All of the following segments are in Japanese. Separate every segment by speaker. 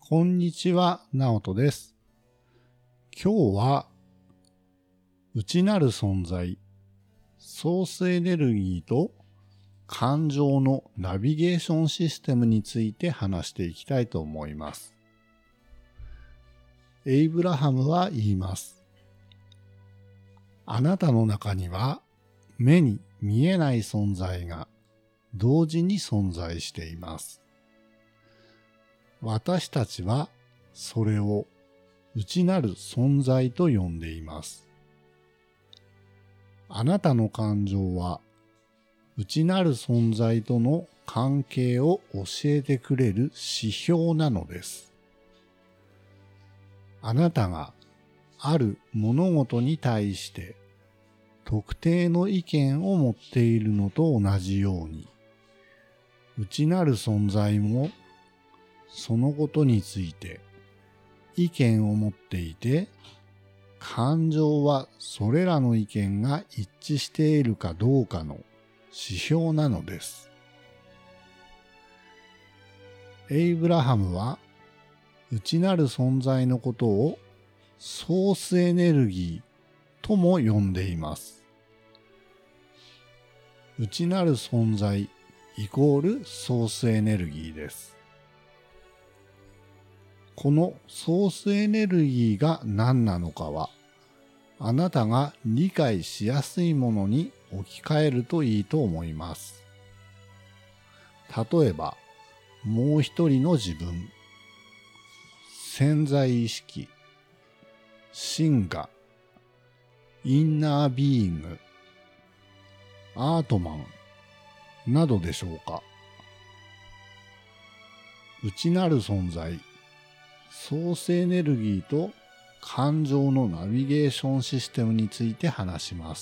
Speaker 1: こんにちは、ナオトです。今日は、内なる存在、ソースエネルギーと感情のナビゲーションシステムについて話していきたいと思います。エイブラハムは言います。あなたの中には目に見えない存在が同時に存在しています。私たちはそれを内なる存在と呼んでいます。あなたの感情は内なる存在との関係を教えてくれる指標なのです。あなたがある物事に対して特定の意見を持っているのと同じように、内なる存在もそのことについて意見を持っていて、感情はそれらの意見が一致しているかどうかの指標なのです。エイブラハムは内なる存在のことをソースエネルギーとも呼んでいます。内なる存在イコールソースエネルギーです。このソースエネルギーが何なのかは、あなたが理解しやすいものに置き換えるといいと思います。例えば、もう一人の自分、潜在意識、真我、インナービーイング、アートマンなどでしょうか。内なる存在、ソースエネルギーと感情のナビゲーションシステムについて話します。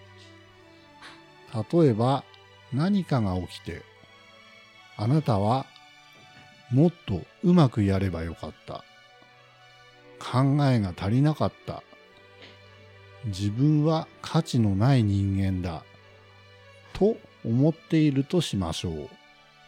Speaker 1: 例えば何かが起きて、あなたはもっとうまくやればよかった。考えが足りなかった。自分は価値のない人間だ。と思っているとしましょう。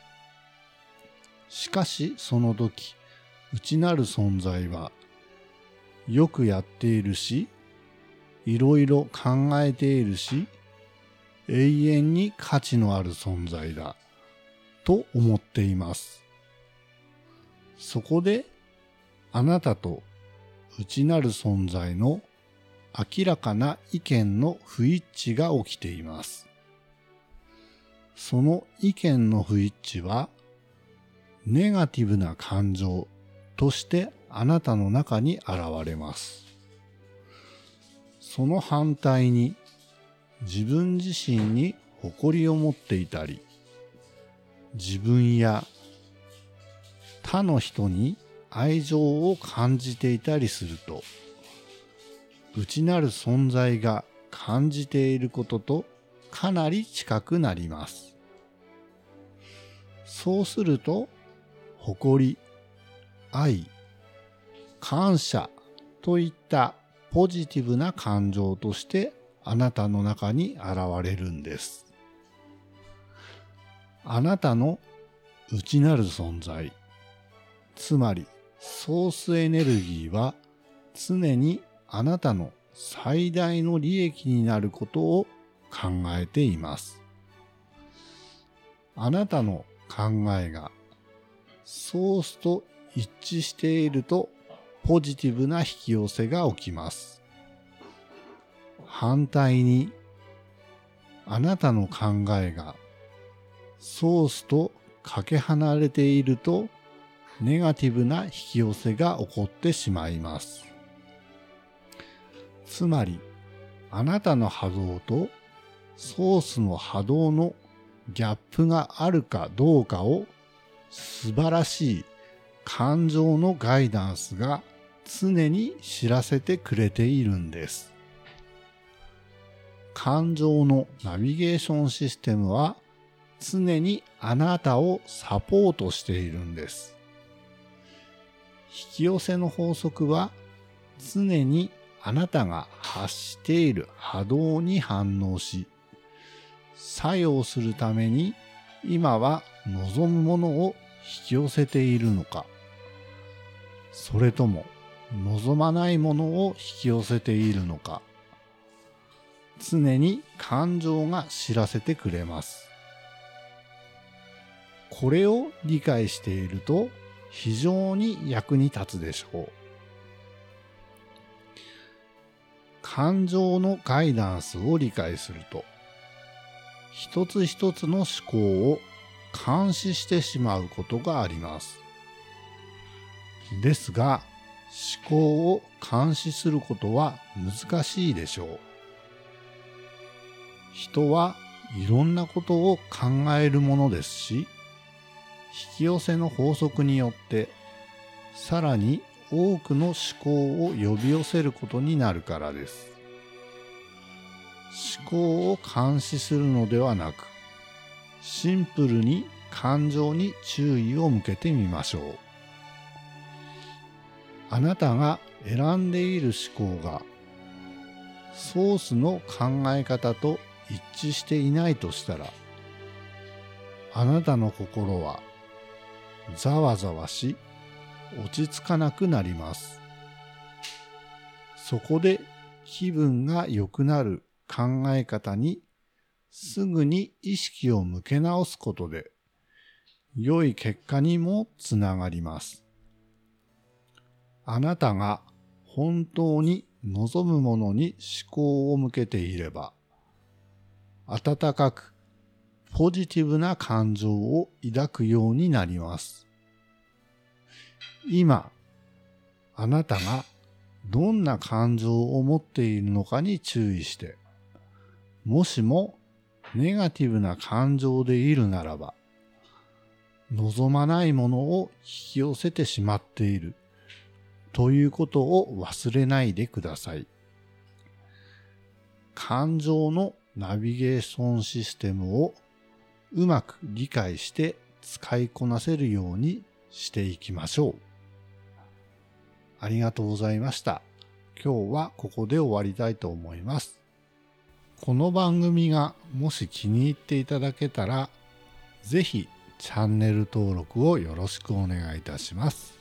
Speaker 1: しかしその時、内なる存在はよくやっているし、いろいろ考えているし、永遠に価値のある存在だと思っています。そこであなたと内なる存在の明らかな意見の不一致が起きています。その意見の不一致はネガティブな感情としてあなたの中に現れます。その反対に自分自身に誇りを持っていたり、自分や他の人に愛情を感じていたりすると、内なる存在が感じていることとかなり近くなります。そうすると、誇り、愛、感謝といったポジティブな感情としてあなたの中に現れるんです。あなたの内なる存在、つまりソースエネルギーは常にあなたの最大の利益になることを考えています。あなたの考えがソースと一致しているとポジティブな引き寄せが起きます。反対に、あなたの考えがソースとかけ離れているとネガティブな引き寄せが起こってしまいます。つまり、あなたの波動とソースの波動のギャップがあるかどうかを素晴らしい感情のガイダンスが常に知らせてくれているんです。感情のナビゲーションシステムは常にあなたをサポートしているんです。引き寄せの法則は常にあなたが発している波動に反応し、作用するために今は望むものを引き寄せているのか、 それとも望まないものを引き寄せているのか、常に感情が知らせてくれます。これを理解していると非常に役に立つでしょう。感情のガイダンスを理解すると、一つ一つの思考を監視してしまうことがあります。ですが、思考を監視することは難しいでしょう。人はいろんなことを考えるものですし、引き寄せの法則によってさらに多くの思考を呼び寄せることになるからです。思考を監視するのではなく、シンプルに感情に注意を向けてみましょう。あなたが選んでいる思考がソースの考え方と一致していないとしたら、あなたの心はざわざわし、落ち着かなくなります。そこで気分が良くなる考え方にすぐに意識を向け直すことで、良い結果にもつながります。あなたが本当に望むものに思考を向けていれば、温かくポジティブな感情を抱くようになります。今、あなたがどんな感情を持っているのかに注意して、もしもネガティブな感情でいるならば、望まないものを引き寄せてしまっているということを忘れないでください。感情のナビゲーションシステムをうまく理解して使いこなせるようにしていきましょう。ありがとうございました。今日はここで終わりたいと思います。この番組がもし気に入っていただけたら、ぜひチャンネル登録をよろしくお願いいたします。